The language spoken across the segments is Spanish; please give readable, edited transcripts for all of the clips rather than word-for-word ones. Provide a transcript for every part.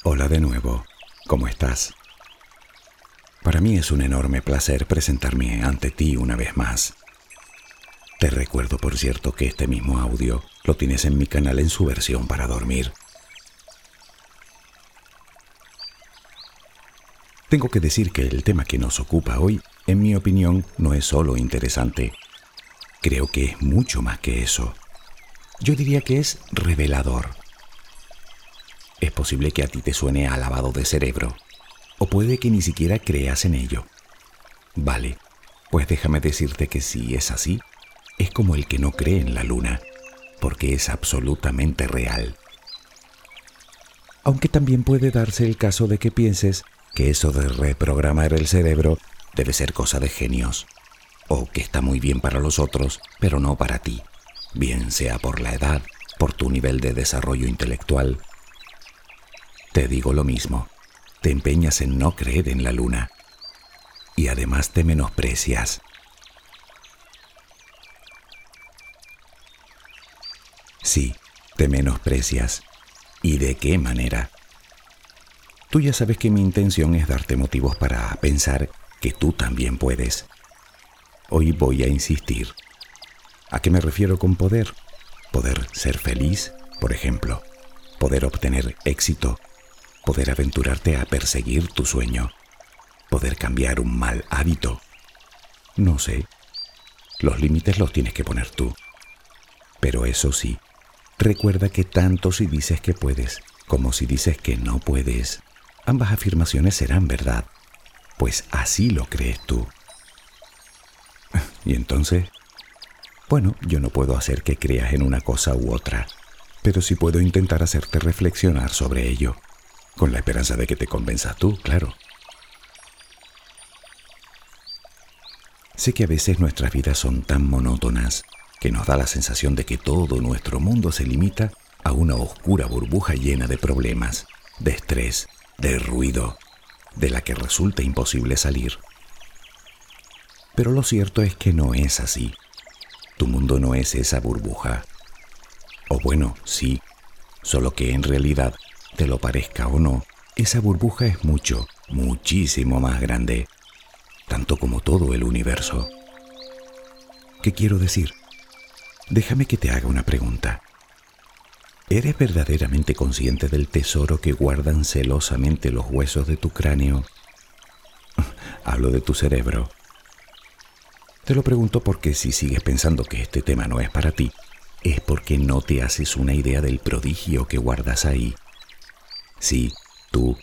Hola de nuevo, ¿cómo estás? Para mí es un enorme placer presentarme ante ti una vez más. Te recuerdo, por cierto, que este mismo audio lo tienes en mi canal en su versión para dormir. Tengo que decir que el tema que nos ocupa hoy, en mi opinión, no es solo interesante. Creo que es mucho más que eso. Yo diría que es revelador. Es posible que a ti te suene a lavado de cerebro, o puede que ni siquiera creas en ello. Vale, pues déjame decirte que si es así, es como el que no cree en la luna, porque es absolutamente real. Aunque también puede darse el caso de que pienses que eso de reprogramar el cerebro debe ser cosa de genios, o que está muy bien para los otros, pero no para ti, bien sea por la edad, por tu nivel de desarrollo intelectual. Te digo lo mismo, te empeñas en no creer en la luna, y además te menosprecias. Sí, te menosprecias. ¿Y de qué manera? Tú ya sabes que mi intención es darte motivos para pensar que tú también puedes. Hoy voy a insistir. ¿A qué me refiero con poder? Poder ser feliz, por ejemplo. Poder obtener éxito. Poder aventurarte a perseguir tu sueño. Poder cambiar un mal hábito. No sé. Los límites los tienes que poner tú. Pero eso sí, recuerda que tanto si dices que puedes como si dices que no puedes, ambas afirmaciones serán verdad, pues así lo crees tú. ¿Y entonces? Bueno, yo no puedo hacer que creas en una cosa u otra, pero sí puedo intentar hacerte reflexionar sobre ello, con la esperanza de que te convenzas tú, claro. Sé que a veces nuestras vidas son tan monótonas que nos da la sensación de que todo nuestro mundo se limita a una oscura burbuja llena de problemas, de estrés, de ruido, de la que resulta imposible salir. Pero lo cierto es que no es así. Tu mundo no es esa burbuja. O bueno, sí, solo que en realidad, te lo parezca o no, esa burbuja es mucho, muchísimo más grande, tanto como todo el universo. ¿Qué quiero decir? Déjame que te haga una pregunta. ¿Eres verdaderamente consciente del tesoro que guardan celosamente los huesos de tu cráneo? Hablo de tu cerebro. Te lo pregunto porque si sigues pensando que este tema no es para ti, es porque no te haces una idea del prodigio que guardas ahí. Sí, tú.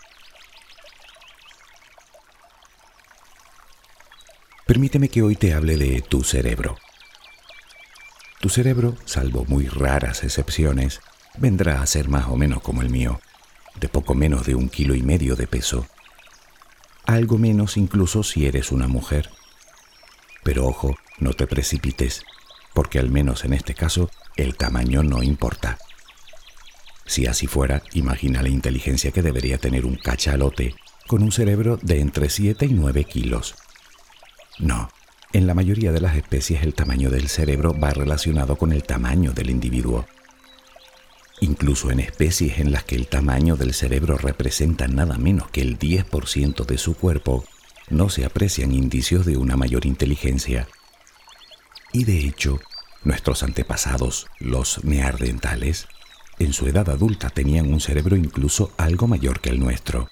Permíteme que hoy te hable de tu cerebro. Tu cerebro, salvo muy raras excepciones, vendrá a ser más o menos como el mío, de poco menos de 1,5 kilos de peso. Algo menos incluso si eres una mujer. Pero ojo, no te precipites, porque al menos en este caso el tamaño no importa. Si así fuera, imagina la inteligencia que debería tener un cachalote con un cerebro de entre 7 y 9 kilos. No. En la mayoría de las especies el tamaño del cerebro va relacionado con el tamaño del individuo. Incluso en especies en las que el tamaño del cerebro representa nada menos que el 10% de su cuerpo, no se aprecian indicios de una mayor inteligencia. Y de hecho, nuestros antepasados, los neandertales, en su edad adulta tenían un cerebro incluso algo mayor que el nuestro.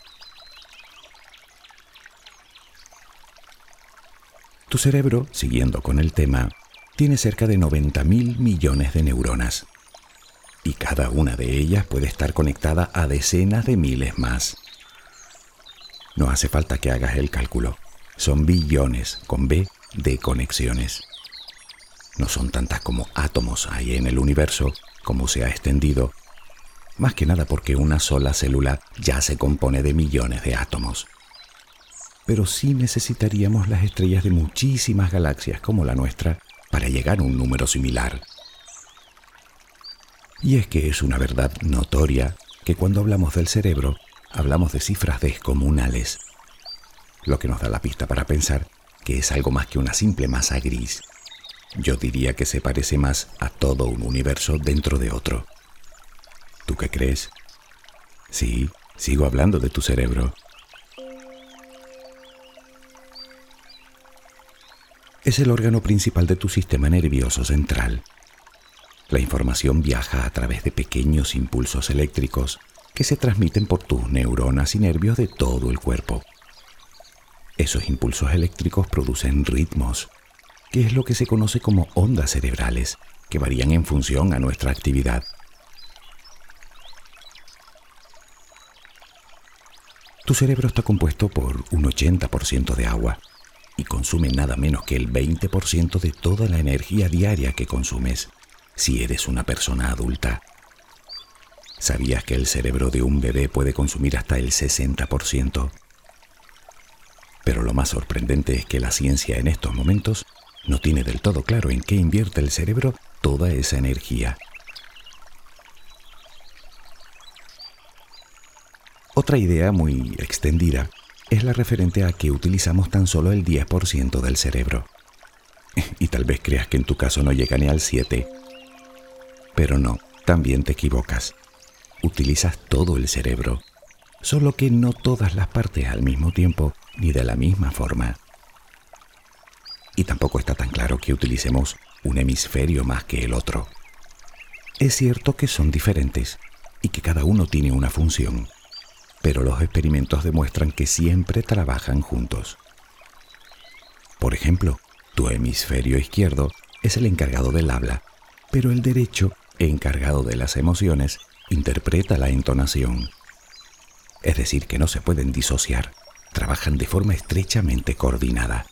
Tu cerebro, siguiendo con el tema, tiene cerca de 90.000 millones de neuronas. Y cada una de ellas puede estar conectada a decenas de miles más. No hace falta que hagas el cálculo. Son billones, con B, de conexiones. No son tantas como átomos hay en el universo, como se ha extendido, más que nada porque una sola célula ya se compone de millones de átomos. Pero sí necesitaríamos las estrellas de muchísimas galaxias como la nuestra para llegar a un número similar. Y es que es una verdad notoria que cuando hablamos del cerebro, hablamos de cifras descomunales, lo que nos da la pista para pensar que es algo más que una simple masa gris. Yo diría que se parece más a todo un universo dentro de otro. ¿Tú qué crees? Sí, sigo hablando de tu cerebro. Es el órgano principal de tu sistema nervioso central. La información viaja a través de pequeños impulsos eléctricos que se transmiten por tus neuronas y nervios de todo el cuerpo. Esos impulsos eléctricos producen ritmos, que es lo que se conoce como ondas cerebrales, que varían en función a nuestra actividad. Tu cerebro está compuesto por un 80% de agua y consume nada menos que el 20% de toda la energía diaria que consumes, si eres una persona adulta. ¿Sabías que el cerebro de un bebé puede consumir hasta el 60%? Pero lo más sorprendente es que la ciencia en estos momentos no tiene del todo claro en qué invierte el cerebro toda esa energía. Otra idea muy extendida es la referente a que utilizamos tan solo el 10% del cerebro. Y tal vez creas que en tu caso no llega ni al 7%. Pero no, también te equivocas. Utilizas todo el cerebro, solo que no todas las partes al mismo tiempo ni de la misma forma. Y tampoco está tan claro que utilicemos un hemisferio más que el otro. Es cierto que son diferentes y que cada uno tiene una función, pero los experimentos demuestran que siempre trabajan juntos. Por ejemplo, tu hemisferio izquierdo es el encargado del habla, pero el derecho, encargado de las emociones, interpreta la entonación. Es decir, que no se pueden disociar, trabajan de forma estrechamente coordinada.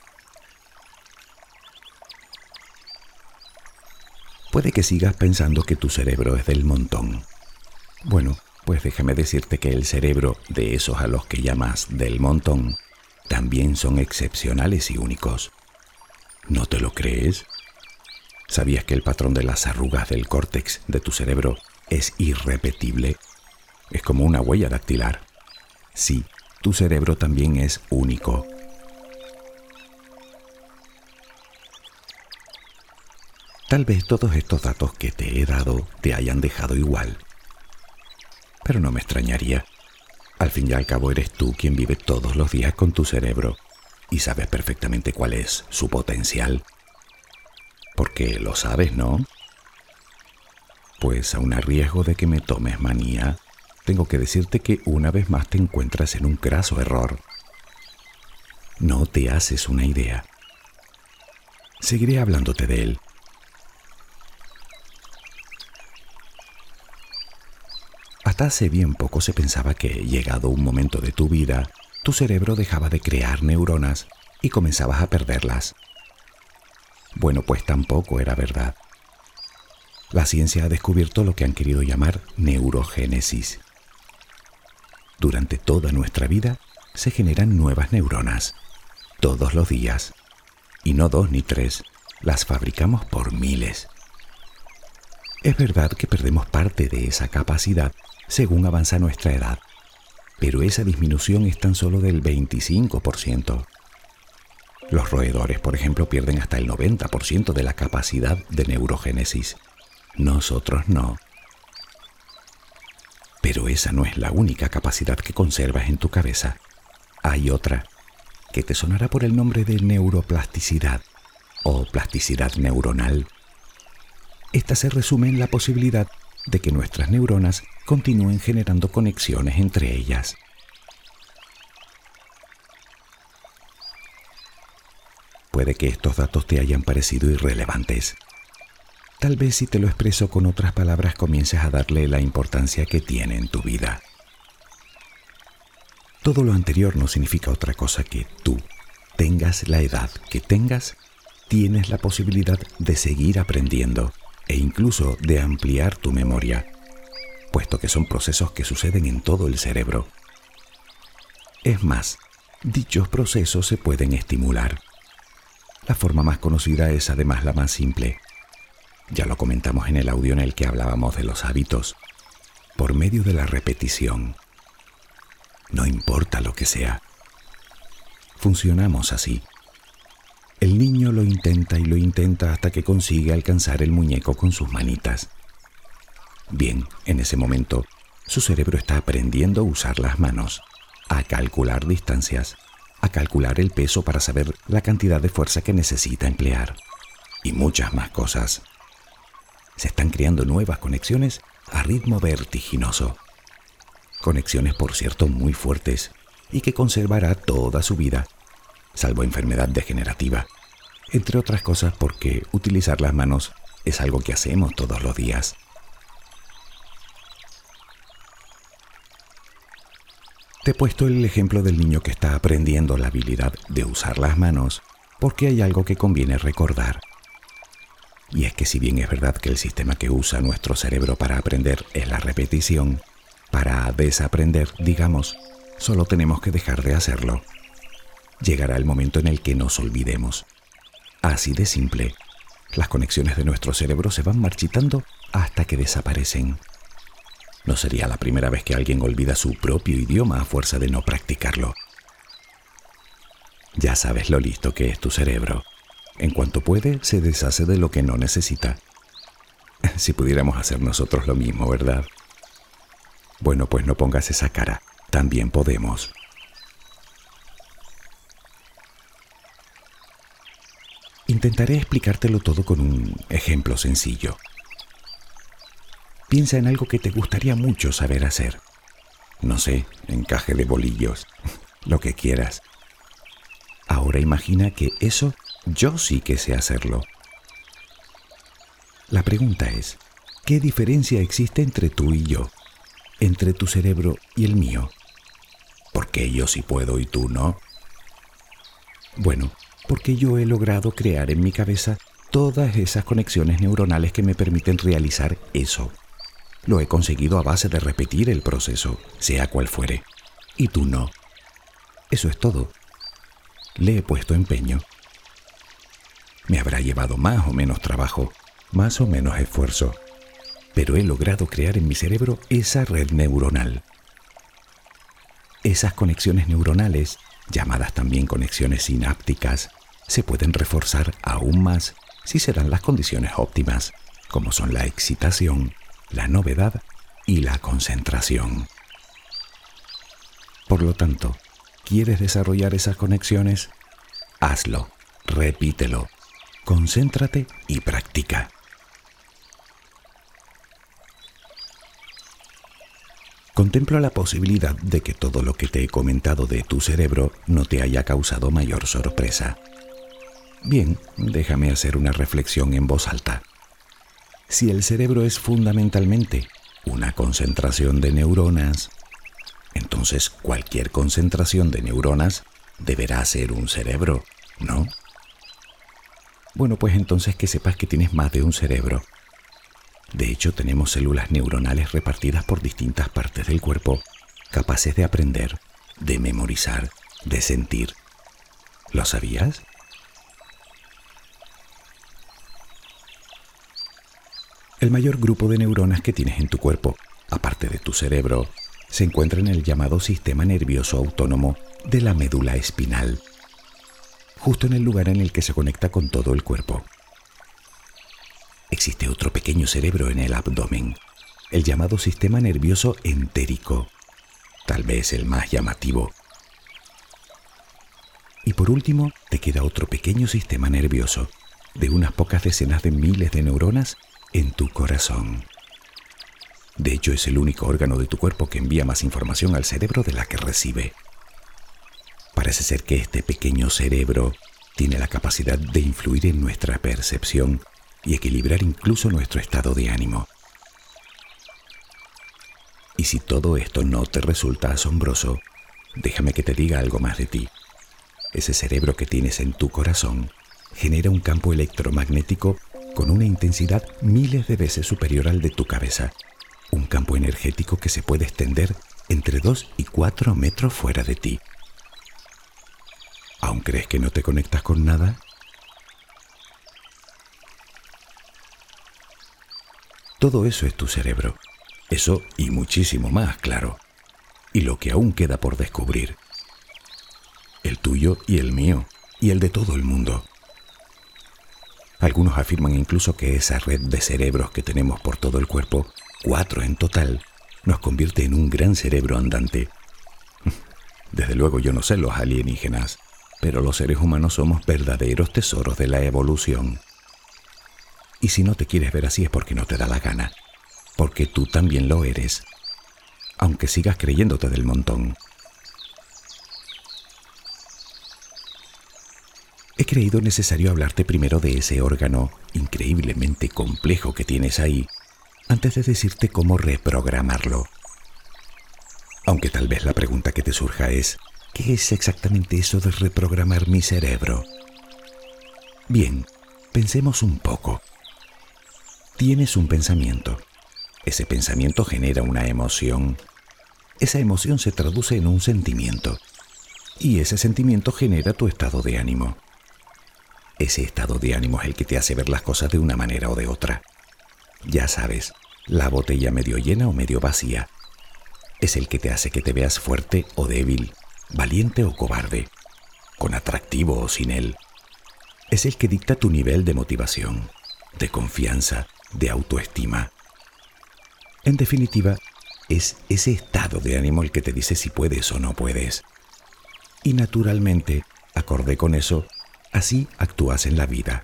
Puede que sigas pensando que tu cerebro es del montón. Bueno, pues déjame decirte que el cerebro de esos a los que llamas del montón también son excepcionales y únicos. ¿No te lo crees? ¿Sabías que el patrón de las arrugas del córtex de tu cerebro es irrepetible? Es como una huella dactilar. Sí, tu cerebro también es único. Tal vez todos estos datos que te he dado te hayan dejado igual. Pero no me extrañaría. Al fin y al cabo eres tú quien vive todos los días con tu cerebro y sabes perfectamente cuál es su potencial. Porque lo sabes, ¿no? Pues aun a riesgo de que me tomes manía, tengo que decirte que una vez más te encuentras en un craso error. No te haces una idea. Seguiré hablándote de él. Hasta hace bien poco se pensaba que, llegado un momento de tu vida, tu cerebro dejaba de crear neuronas y comenzabas a perderlas. Bueno, pues tampoco era verdad. La ciencia ha descubierto lo que han querido llamar neurogénesis. Durante toda nuestra vida se generan nuevas neuronas, todos los días, y no 2 ni 3, las fabricamos por miles. Es verdad que perdemos parte de esa capacidad según avanza nuestra edad, pero esa disminución es tan solo del 25%. Los roedores, por ejemplo, pierden hasta el 90% de la capacidad de neurogénesis. Nosotros no. Pero esa no es la única capacidad que conservas en tu cabeza. Hay otra, que te sonará por el nombre de neuroplasticidad o plasticidad neuronal. Esta se resume en la posibilidad de que nuestras neuronas continúen generando conexiones entre ellas. Puede que estos datos te hayan parecido irrelevantes. Tal vez si te lo expreso con otras palabras comiences a darle la importancia que tiene en tu vida. Todo lo anterior no significa otra cosa que tú, tengas la edad que tengas, tienes la posibilidad de seguir aprendiendo e incluso de ampliar tu memoria, puesto que son procesos que suceden en todo el cerebro. Es más, dichos procesos se pueden estimular. La forma más conocida es además la más simple. Ya lo comentamos en el audio en el que hablábamos de los hábitos, por medio de la repetición. No importa lo que sea. Funcionamos así. El niño lo intenta y lo intenta hasta que consigue alcanzar el muñeco con sus manitas. Bien, en ese momento, Su cerebro está aprendiendo a usar las manos, a calcular distancias, a calcular el peso para saber la cantidad de fuerza que necesita emplear y muchas más cosas. Se están creando nuevas conexiones a ritmo vertiginoso. Conexiones, por cierto, muy fuertes y que conservará toda su vida, salvo enfermedad degenerativa, entre otras cosas porque utilizar las manos es algo que hacemos todos los días. Te he puesto el ejemplo del niño que está aprendiendo la habilidad de usar las manos porque hay algo que conviene recordar. Y es que si bien es verdad que el sistema que usa nuestro cerebro para aprender es la repetición, para desaprender, digamos, solo tenemos que dejar de hacerlo. Llegará el momento en el que nos olvidemos. Así de simple, las conexiones de nuestro cerebro se van marchitando hasta que desaparecen. No sería la primera vez que alguien olvida su propio idioma a fuerza de no practicarlo. Ya sabes lo listo que es tu cerebro. En cuanto puede, se deshace de lo que no necesita. Si pudiéramos hacer nosotros lo mismo, ¿verdad? Bueno, pues no pongas esa cara. También podemos. Intentaré explicártelo todo con un ejemplo sencillo. Piensa en algo que te gustaría mucho saber hacer. No sé, encaje de bolillos, lo que quieras. Ahora imagina que eso yo sí que sé hacerlo. La pregunta es, ¿qué diferencia existe entre tú y yo? Entre tu cerebro y el mío. ¿Por qué yo sí puedo y tú no? Bueno, porque yo he logrado crear en mi cabeza todas esas conexiones neuronales que me permiten realizar eso. Lo he conseguido a base de repetir el proceso, sea cual fuere. Y tú no. Eso es todo. Le he puesto empeño. Me habrá llevado más o menos trabajo, más o menos esfuerzo, pero he logrado crear en mi cerebro esa red neuronal. Esas conexiones neuronales, llamadas también conexiones sinápticas, se pueden reforzar aún más si se dan las condiciones óptimas, como son la excitación, la novedad y la concentración. Por lo tanto, ¿quieres desarrollar esas conexiones? Hazlo, repítelo, concéntrate y practica. Contemplo la posibilidad de que todo lo que te he comentado de tu cerebro no te haya causado mayor sorpresa. Bien, déjame hacer una reflexión en voz alta. Si el cerebro es fundamentalmente una concentración de neuronas, entonces cualquier concentración de neuronas deberá ser un cerebro, ¿no? Bueno, pues entonces que sepas que tienes más de un cerebro. De hecho, tenemos células neuronales repartidas por distintas partes del cuerpo, capaces de aprender, de memorizar, de sentir. ¿Lo sabías? El mayor grupo de neuronas que tienes en tu cuerpo, aparte de tu cerebro, se encuentra en el llamado sistema nervioso autónomo de la médula espinal, justo en el lugar en el que se conecta con todo el cuerpo. Existe otro pequeño cerebro en el abdomen, el llamado sistema nervioso entérico, tal vez el más llamativo. Y por último, te queda otro pequeño sistema nervioso, de unas pocas decenas de miles de neuronas en tu corazón. De hecho, es el único órgano de tu cuerpo que envía más información al cerebro de la que recibe. Parece ser que este pequeño cerebro tiene la capacidad de influir en nuestra percepción y equilibrar incluso nuestro estado de ánimo. Y si todo esto no te resulta asombroso, déjame que te diga algo más de ti. Ese cerebro que tienes en tu corazón genera un campo electromagnético con una intensidad miles de veces superior al de tu cabeza. Un campo energético que se puede extender entre 2 y 4 metros fuera de ti. ¿Aún crees que no te conectas con nada? Todo eso es tu cerebro. Eso y muchísimo más, claro. Y lo que aún queda por descubrir. El tuyo y el mío, y el de todo el mundo. Algunos afirman incluso que esa red de cerebros que tenemos por todo el cuerpo, 4 en total, nos convierte en un gran cerebro andante. Desde luego yo no sé los alienígenas, pero los seres humanos somos verdaderos tesoros de la evolución. Y si no te quieres ver así es porque no te da la gana, porque tú también lo eres, aunque sigas creyéndote del montón. He creído necesario hablarte primero de ese órgano increíblemente complejo que tienes ahí, antes de decirte cómo reprogramarlo. Aunque tal vez la pregunta que te surja es, ¿qué es exactamente eso de reprogramar mi cerebro? Bien, pensemos un poco. Tienes un pensamiento. Ese pensamiento genera una emoción. Esa emoción se traduce en un sentimiento. Y ese sentimiento genera tu estado de ánimo. Ese estado de ánimo es el que te hace ver las cosas de una manera o de otra. Ya sabes, la botella medio llena o medio vacía. Es el que te hace que te veas fuerte o débil, valiente o cobarde, con atractivo o sin él. Es el que dicta tu nivel de motivación, de confianza, de autoestima. En definitiva, es ese estado de ánimo el que te dice si puedes o no puedes. Y naturalmente, acorde con eso, así actúas en la vida.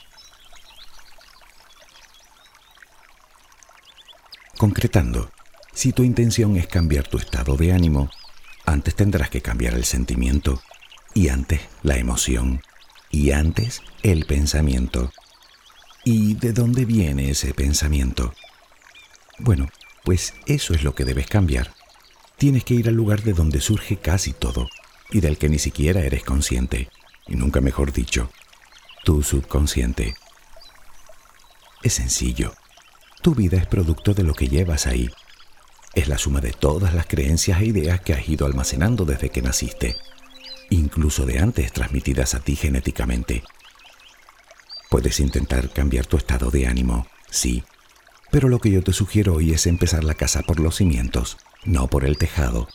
Concretando, si tu intención es cambiar tu estado de ánimo, antes tendrás que cambiar el sentimiento, y antes la emoción, y antes el pensamiento. ¿Y de dónde viene ese pensamiento? Bueno, pues eso es lo que debes cambiar. Tienes que ir al lugar de donde surge casi todo, y del que ni siquiera eres consciente, y nunca mejor dicho, tu subconsciente. Es sencillo. Tu vida es producto de lo que llevas ahí. Es la suma de todas las creencias e ideas que has ido almacenando desde que naciste, incluso de antes transmitidas a ti genéticamente. Puedes intentar cambiar tu estado de ánimo, sí, pero lo que yo te sugiero hoy es empezar la casa por los cimientos, no por el tejado.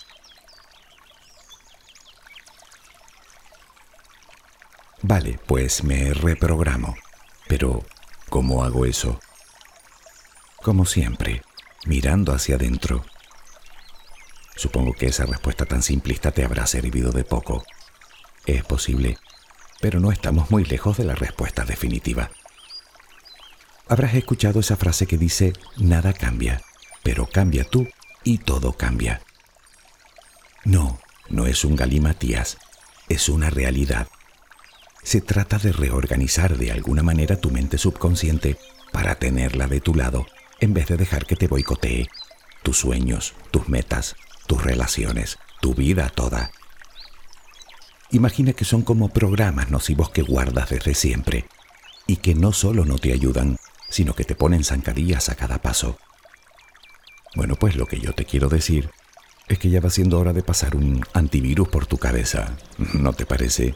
Vale, pues me reprogramo. Pero, ¿cómo hago eso? Como siempre, mirando hacia adentro. Supongo que esa respuesta tan simplista te habrá servido de poco. Es posible, pero no estamos muy lejos de la respuesta definitiva. Habrás escuchado esa frase que dice, nada cambia, pero cambia tú y todo cambia. No, no es un galimatías, es una realidad. Se trata de reorganizar de alguna manera tu mente subconsciente para tenerla de tu lado, en vez de dejar que te boicotee tus sueños, tus metas, tus relaciones, tu vida toda. Imagina que son como programas nocivos que guardas desde siempre y que no solo no te ayudan, sino que te ponen zancadillas a cada paso. Bueno, pues lo que yo te quiero decir es que ya va siendo hora de pasar un antivirus por tu cabeza, ¿no te parece?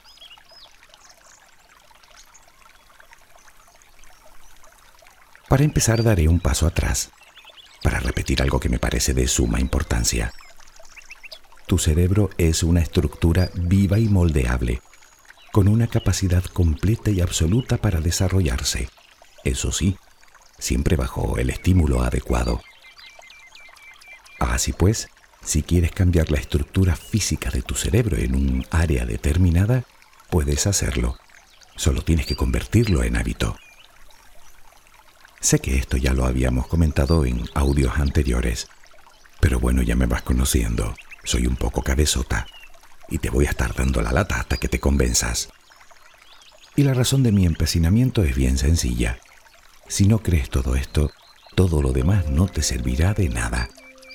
Para empezar, daré un paso atrás, para repetir algo que me parece de suma importancia. Tu cerebro es una estructura viva y moldeable, con una capacidad completa y absoluta para desarrollarse. Eso sí, siempre bajo el estímulo adecuado. Así pues, si quieres cambiar la estructura física de tu cerebro en un área determinada, puedes hacerlo. Solo tienes que convertirlo en hábito. Sé que esto ya lo habíamos comentado en audios anteriores, pero bueno, ya me vas conociendo. Soy un poco cabezota y te voy a estar dando la lata hasta que te convenzas. Y la razón de mi empecinamiento es bien sencilla. Si no crees todo esto, todo lo demás no te servirá de nada.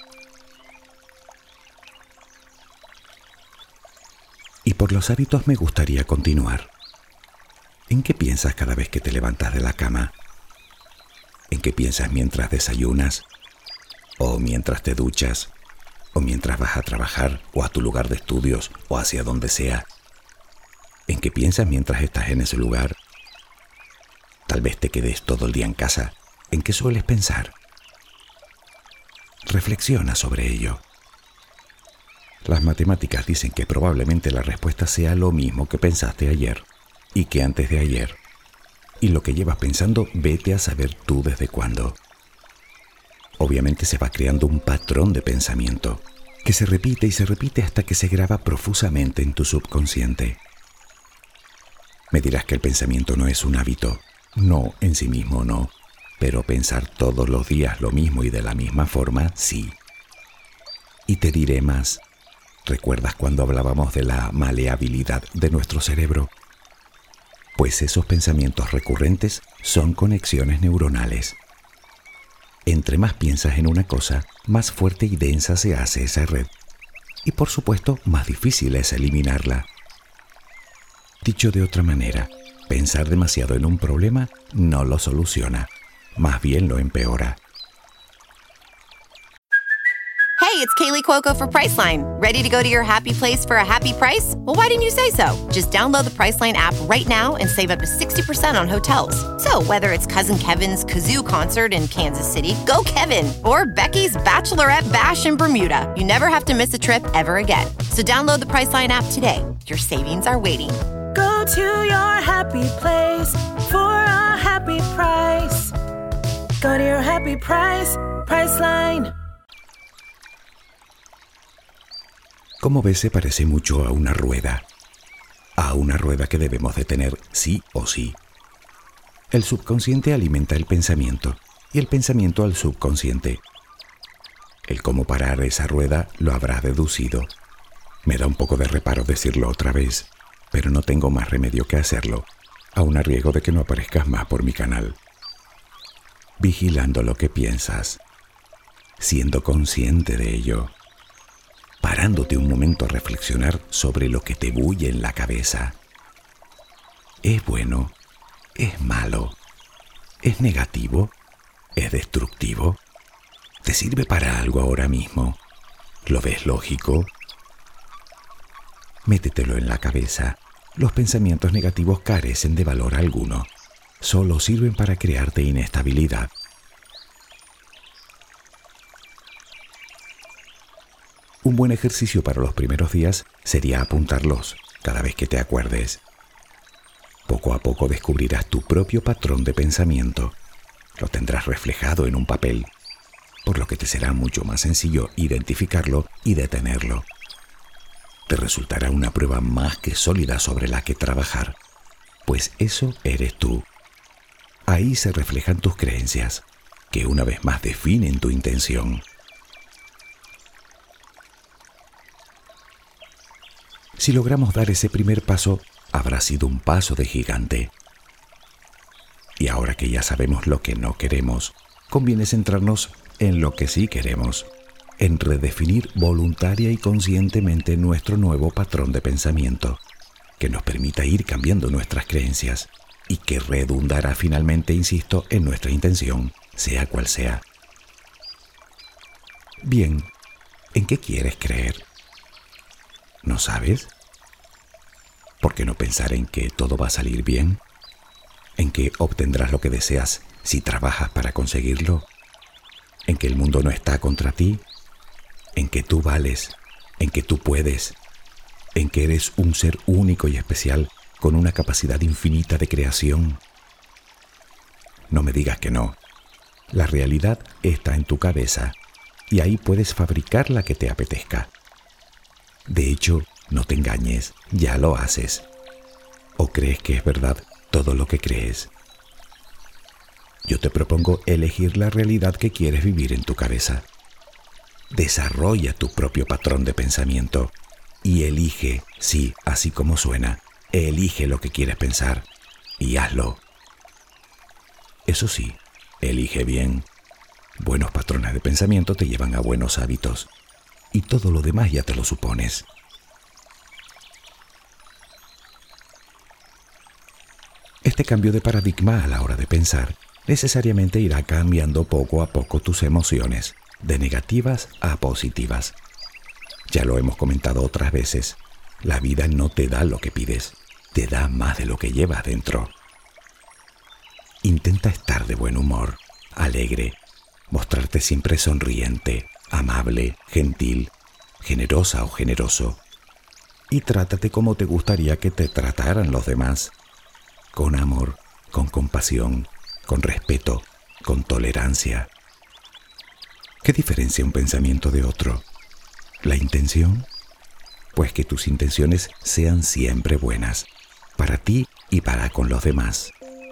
Y por los hábitos me gustaría continuar. ¿En qué piensas cada vez que te levantas de la cama? ¿En qué piensas mientras desayunas? ¿O mientras te duchas? ¿O mientras vas a trabajar o a tu lugar de estudios o hacia donde sea? ¿En qué piensas mientras estás en ese lugar? Tal vez te quedes todo el día en casa. ¿En qué sueles pensar? Reflexiona sobre ello. Las matemáticas dicen que probablemente la respuesta sea lo mismo que pensaste ayer y que antes de ayer. Y lo que llevas pensando, vete a saber tú desde cuándo. obviamente se va creando un patrón de pensamiento que se repite y se repite hasta que se graba profusamente en tu subconsciente. Me dirás que el pensamiento no es un hábito. No, en sí mismo no. Pero pensar todos los días lo mismo y de la misma forma, sí. Y te diré más. ¿Recuerdas cuando hablábamos de la maleabilidad de nuestro cerebro? Pues esos pensamientos recurrentes son conexiones neuronales. Entre más piensas en una cosa, más fuerte y densa se hace esa red. Y por supuesto, más difícil es eliminarla. Dicho de otra manera, pensar demasiado en un problema no lo soluciona, más bien lo empeora. Hey, it's Kaylee Cuoco for Priceline. Ready to go to your happy place for a happy price? Well, why didn't you say so? Just download the Priceline app right now and save up to 60% on hotels. So whether it's Cousin Kevin's Kazoo Concert in Kansas City, go Kevin, or Becky's Bachelorette Bash in Bermuda, you never have to miss a trip ever again. So download the Priceline app today. Your savings are waiting. Go to your happy place for a happy price. Go to your happy price, Priceline. Como ves, se parece mucho a una rueda que debemos de tener sí o sí. El subconsciente alimenta el pensamiento y el pensamiento al subconsciente. El cómo parar esa rueda lo habrás deducido. Me da un poco de reparo decirlo otra vez, pero no tengo más remedio que hacerlo, aun a riesgo de que no aparezcas más por mi canal. Vigilando lo que piensas, siendo consciente de ello, parándote un momento a reflexionar sobre lo que te bulle en la cabeza. ¿Es bueno? ¿Es malo? ¿Es negativo? ¿Es destructivo? ¿Te sirve para algo ahora mismo? ¿Lo ves lógico? Métetelo en la cabeza. Los pensamientos negativos carecen de valor alguno. Solo sirven para crearte inestabilidad. Un buen ejercicio para los primeros días sería apuntarlos cada vez que te acuerdes. Poco a poco descubrirás tu propio patrón de pensamiento. Lo tendrás reflejado en un papel, por lo que te será mucho más sencillo identificarlo y detenerlo. Te resultará una prueba más que sólida sobre la que trabajar, pues eso eres tú. Ahí se reflejan tus creencias, que una vez más definen tu intención. Si logramos dar ese primer paso, habrá sido un paso de gigante. Y ahora que ya sabemos lo que no queremos, conviene centrarnos en lo que sí queremos, en redefinir voluntaria y conscientemente nuestro nuevo patrón de pensamiento, que nos permita ir cambiando nuestras creencias y que redundará finalmente, insisto, en nuestra intención, sea cual sea. Bien, ¿en qué quieres creer? ¿No sabes? ¿Por qué no pensar en que todo va a salir bien? ¿En que obtendrás lo que deseas si trabajas para conseguirlo? ¿En que el mundo no está contra ti? ¿En que tú vales? ¿En que tú puedes? ¿En que eres un ser único y especial con una capacidad infinita de creación? No me digas que no. La realidad está en tu cabeza y ahí puedes fabricar la que te apetezca. De hecho, no te engañes, ya lo haces. ¿O crees que es verdad todo lo que crees? Yo te propongo elegir la realidad que quieres vivir en tu cabeza. Desarrolla tu propio patrón de pensamiento y elige, sí, así como suena, elige lo que quieres pensar y hazlo. Eso sí, elige bien. Buenos patrones de pensamiento te llevan a buenos hábitos y todo lo demás ya te lo supones. Este cambio de paradigma a la hora de pensar necesariamente irá cambiando poco a poco tus emociones, de negativas a positivas. Ya lo hemos comentado otras veces, la vida no te da lo que pides, te da más de lo que llevas dentro. Intenta estar de buen humor, alegre, mostrarte siempre sonriente, amable, gentil, generosa o generoso. Y trátate como te gustaría que te trataran los demás, con amor, con compasión, con respeto, con tolerancia. ¿Qué diferencia un pensamiento de otro? ¿La intención? Pues que tus intenciones sean siempre buenas, para ti y para con los demás.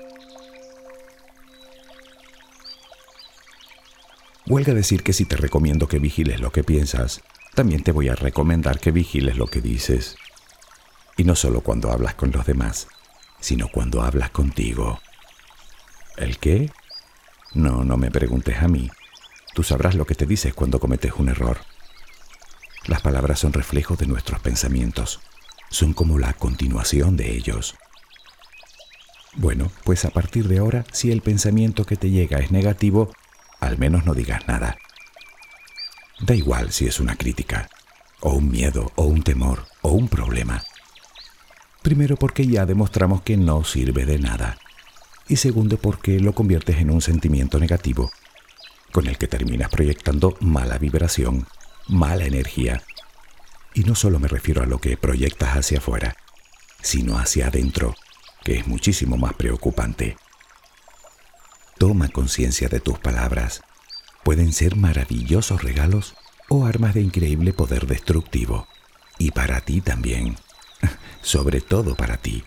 Huelga decir que si te recomiendo que vigiles lo que piensas, también te voy a recomendar que vigiles lo que dices. Y no solo cuando hablas con los demás, sino cuando hablas contigo. ¿El qué? No me preguntes a mí. Tú sabrás lo que te dices cuando cometes un error. Las palabras son reflejo de nuestros pensamientos. Son como la continuación de ellos. Bueno, pues a partir de ahora, si el pensamiento que te llega es negativo, al menos no digas nada. Da igual si es una crítica, o un miedo, o un temor, o un problema. Primero porque ya demostramos que no sirve de nada. Y segundo porque lo conviertes en un sentimiento negativo, con el que terminas proyectando mala vibración, mala energía. Y no solo me refiero a lo que proyectas hacia afuera, sino hacia adentro, que es muchísimo más preocupante. Toma conciencia de tus palabras. Pueden ser maravillosos regalos o armas de increíble poder destructivo. Y para ti también. Sobre todo para ti.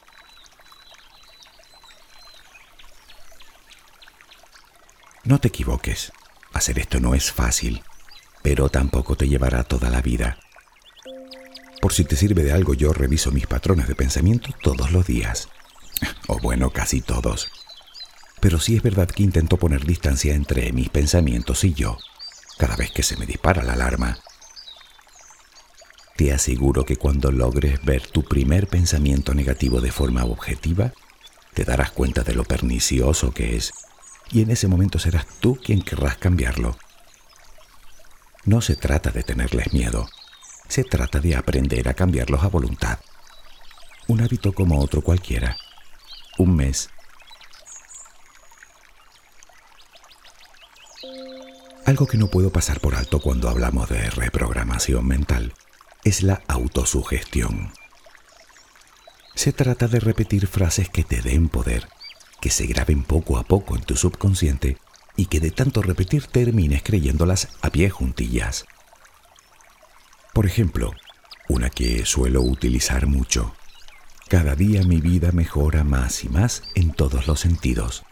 No te equivoques. Hacer esto no es fácil, pero tampoco te llevará toda la vida. Por si te sirve de algo, yo reviso mis patrones de pensamiento todos los días. O bueno, casi todos. Pero sí es verdad que intento poner distancia entre mis pensamientos y yo, cada vez que se me dispara la alarma. Te aseguro que cuando logres ver tu primer pensamiento negativo de forma objetiva, te darás cuenta de lo pernicioso que es, y en ese momento serás tú quien querrás cambiarlo. No se trata de tenerles miedo, se trata de aprender a cambiarlos a voluntad. Un hábito como otro cualquiera. Un mes. Algo que no puedo pasar por alto cuando hablamos de reprogramación mental es la autosugestión. Se trata de repetir frases que te den poder, que se graben poco a poco en tu subconsciente y que de tanto repetir termines creyéndolas a pie juntillas. Por ejemplo, una que suelo utilizar mucho. Cada día mi vida mejora más y más en todos los sentidos.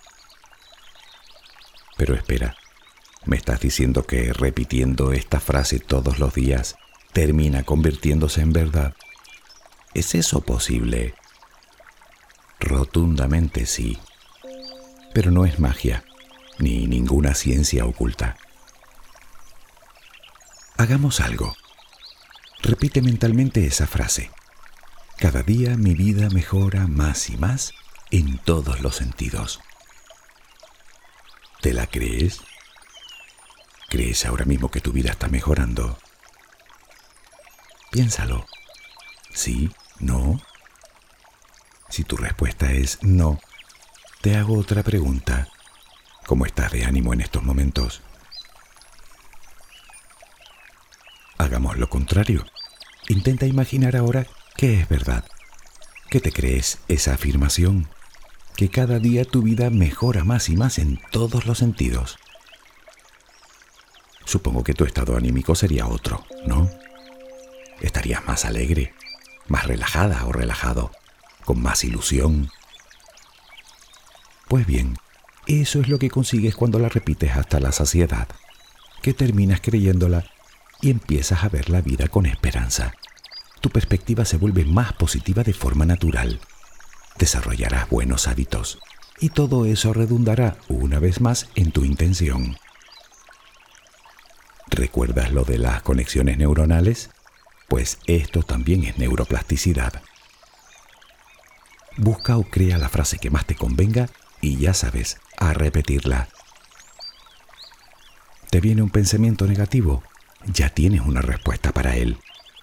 Pero espera, ¿me estás diciendo que repitiendo esta frase todos los días termina convirtiéndose en verdad? ¿Es eso posible? Rotundamente sí. Pero no es magia, ni ninguna ciencia oculta. Hagamos algo. Repite mentalmente esa frase. Cada día mi vida mejora más y más en todos los sentidos. ¿Te la crees? ¿Crees ahora mismo que tu vida está mejorando? Piénsalo. ¿Sí? ¿No? Si tu respuesta es no, te hago otra pregunta. ¿Cómo estás de ánimo en estos momentos? Hagamos lo contrario. Intenta imaginar ahora que es verdad. ¿Que te crees esa afirmación? Que cada día tu vida mejora más y más en todos los sentidos. Supongo que tu estado anímico sería otro, ¿no? Estarías más alegre, más relajada o relajado, con más ilusión. Pues bien, eso es lo que consigues cuando la repites hasta la saciedad, que terminas creyéndola y empiezas a ver la vida con esperanza. Tu perspectiva se vuelve más positiva de forma natural. Desarrollarás buenos hábitos y todo eso redundará una vez más en tu intención. ¿Recuerdas lo de las conexiones neuronales? Pues esto también es neuroplasticidad. Busca o crea la frase que más te convenga y ya sabes, a repetirla. ¿Te viene un pensamiento negativo? Ya tienes una respuesta para él.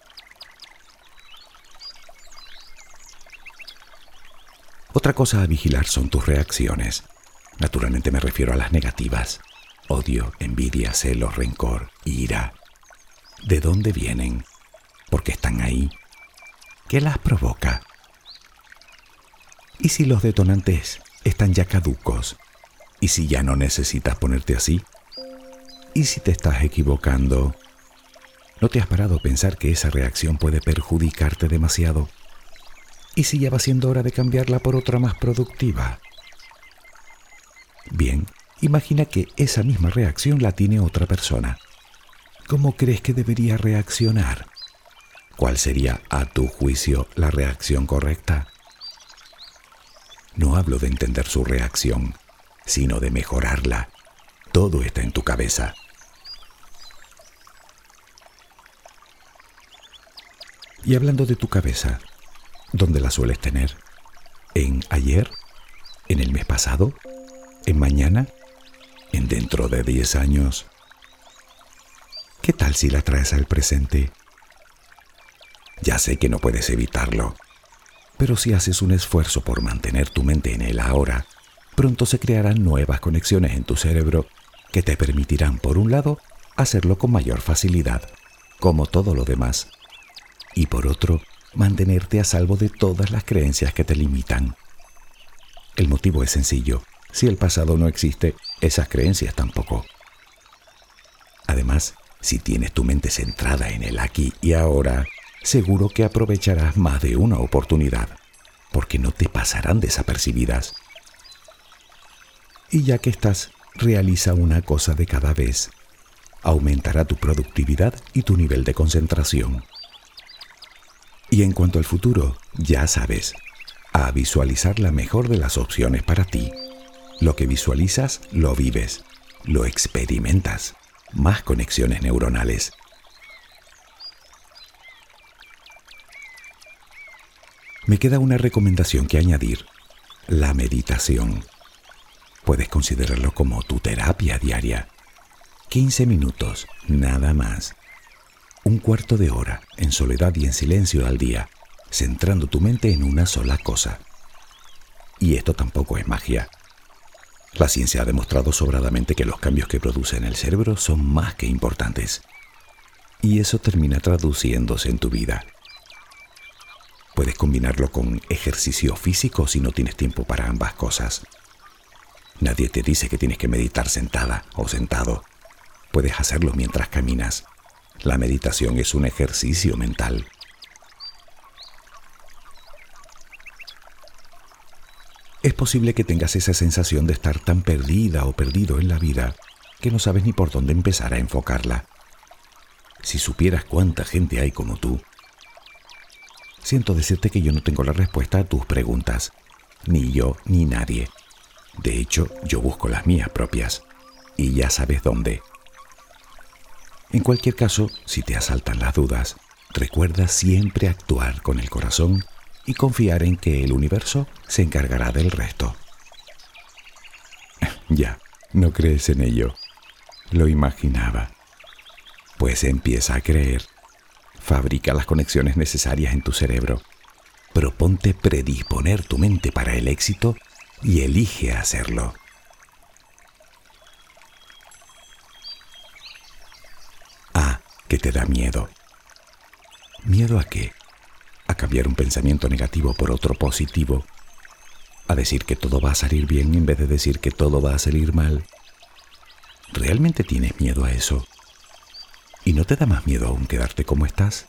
Otra cosa a vigilar son tus reacciones. Naturalmente me refiero a las negativas. Odio, envidia, celos, rencor, ira. ¿De dónde vienen? ¿Por qué están ahí? ¿Qué las provoca? ¿Y si los detonantes están ya caducos? ¿Y si ya no necesitas ponerte así? ¿Y si te estás equivocando? ¿No te has parado a pensar que esa reacción puede perjudicarte demasiado? ¿Y si ya va siendo hora de cambiarla por otra más productiva? Bien, imagina que esa misma reacción la tiene otra persona. ¿Cómo crees que debería reaccionar? ¿Cuál sería, a tu juicio, la reacción correcta? No hablo de entender su reacción, sino de mejorarla. Todo está en tu cabeza. Y hablando de tu cabeza, ¿dónde la sueles tener? ¿En ayer? ¿En el mes pasado? ¿En mañana? ¿En dentro de 10 años? ¿Qué tal si la traes al presente? Ya sé que no puedes evitarlo, pero si haces un esfuerzo por mantener tu mente en el ahora, pronto se crearán nuevas conexiones en tu cerebro que te permitirán, por un lado, hacerlo con mayor facilidad, como todo lo demás, y por otro, mantenerte a salvo de todas las creencias que te limitan. El motivo es sencillo. Si el pasado no existe, esas creencias tampoco. Además, si tienes tu mente centrada en el aquí y ahora, seguro que aprovecharás más de una oportunidad, porque no te pasarán desapercibidas. Y ya que estás, realiza una cosa de cada vez. Aumentará tu productividad y tu nivel de concentración. Y en cuanto al futuro, ya sabes, a visualizar la mejor de las opciones para ti. Lo que visualizas, lo vives, lo experimentas. Más conexiones neuronales. Me queda una recomendación que añadir: la meditación. Puedes considerarlo como tu terapia diaria. 15 minutos, nada más. Un cuarto de hora, en soledad y en silencio al día, centrando tu mente en una sola cosa. Y esto tampoco es magia. La ciencia ha demostrado sobradamente que los cambios que produce en el cerebro son más que importantes. Y eso termina traduciéndose en tu vida. Puedes combinarlo con ejercicio físico si no tienes tiempo para ambas cosas. Nadie te dice que tienes que meditar sentada o sentado. Puedes hacerlo mientras caminas. La meditación es un ejercicio mental. Es posible que tengas esa sensación de estar tan perdida o perdido en la vida que no sabes ni por dónde empezar a enfocarla. Si supieras cuánta gente hay como tú. Siento decirte que yo no tengo la respuesta a tus preguntas, ni yo ni nadie. De hecho, yo busco las mías propias, y ya sabes dónde. En cualquier caso, si te asaltan las dudas, recuerda siempre actuar con el corazón y confiar en que el universo se encargará del resto. Ya, no crees en ello. Lo imaginaba. Pues empieza a creer. Fabrica las conexiones necesarias en tu cerebro. Proponte predisponer tu mente para el éxito y elige hacerlo. Ah, que te da miedo. ¿Miedo a qué? A cambiar un pensamiento negativo por otro positivo, a decir que todo va a salir bien en vez de decir que todo va a salir mal. ¿Realmente tienes miedo a eso? ¿Y no te da más miedo aún quedarte como estás?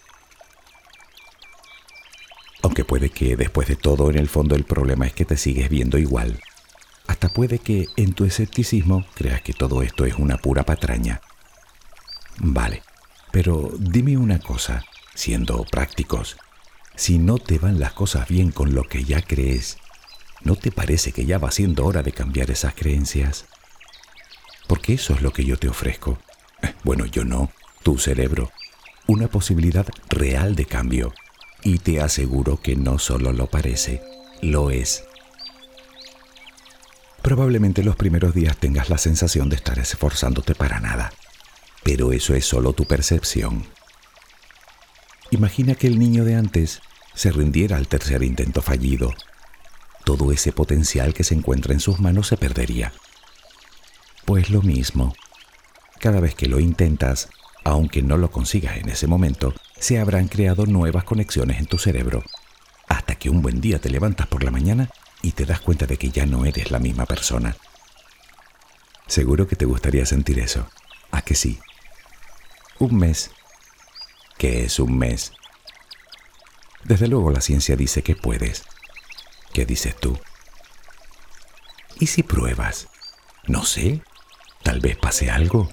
Aunque puede que después de todo en el fondo el problema es que te sigues viendo igual. Hasta puede que en tu escepticismo creas que todo esto es una pura patraña. Vale, pero dime una cosa, siendo prácticos. Si no te van las cosas bien con lo que ya crees, ¿no te parece que ya va siendo hora de cambiar esas creencias? Porque eso es lo que yo te ofrezco. Bueno, yo no, tu cerebro. Una posibilidad real de cambio. Y te aseguro que no solo lo parece, lo es. Probablemente los primeros días tengas la sensación de estar esforzándote para nada. Pero eso es solo tu percepción. Imagina que el niño de antes se rindiera al tercer intento fallido. Todo ese potencial que se encuentra en sus manos se perdería. Pues lo mismo. Cada vez que lo intentas, aunque no lo consigas en ese momento, se habrán creado nuevas conexiones en tu cerebro, hasta que un buen día te levantas por la mañana y te das cuenta de que ya no eres la misma persona. Seguro que te gustaría sentir eso, ¿a que que sí. Un mes. ¿Qué es un mes? Desde luego la ciencia dice que puedes. ¿Qué dices tú? ¿Y si pruebas? No sé, tal vez pase algo.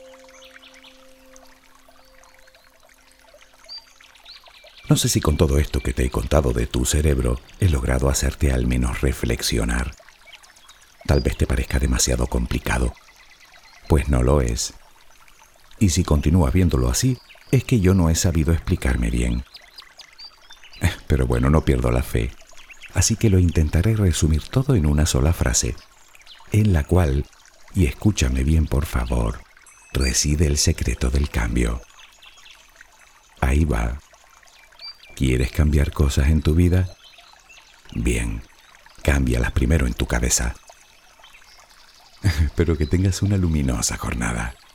No sé si con todo esto que te he contado de tu cerebro he logrado hacerte al menos reflexionar. Tal vez te parezca demasiado complicado. Pues no lo es. Y si continúas viéndolo así, es que yo no he sabido explicarme bien. Pero bueno, no pierdo la fe. Así que lo intentaré resumir todo en una sola frase, en la cual, y escúchame bien por favor, reside el secreto del cambio. Ahí va. ¿Quieres cambiar cosas en tu vida? Bien, cámbialas primero en tu cabeza. Pero que tengas una luminosa jornada.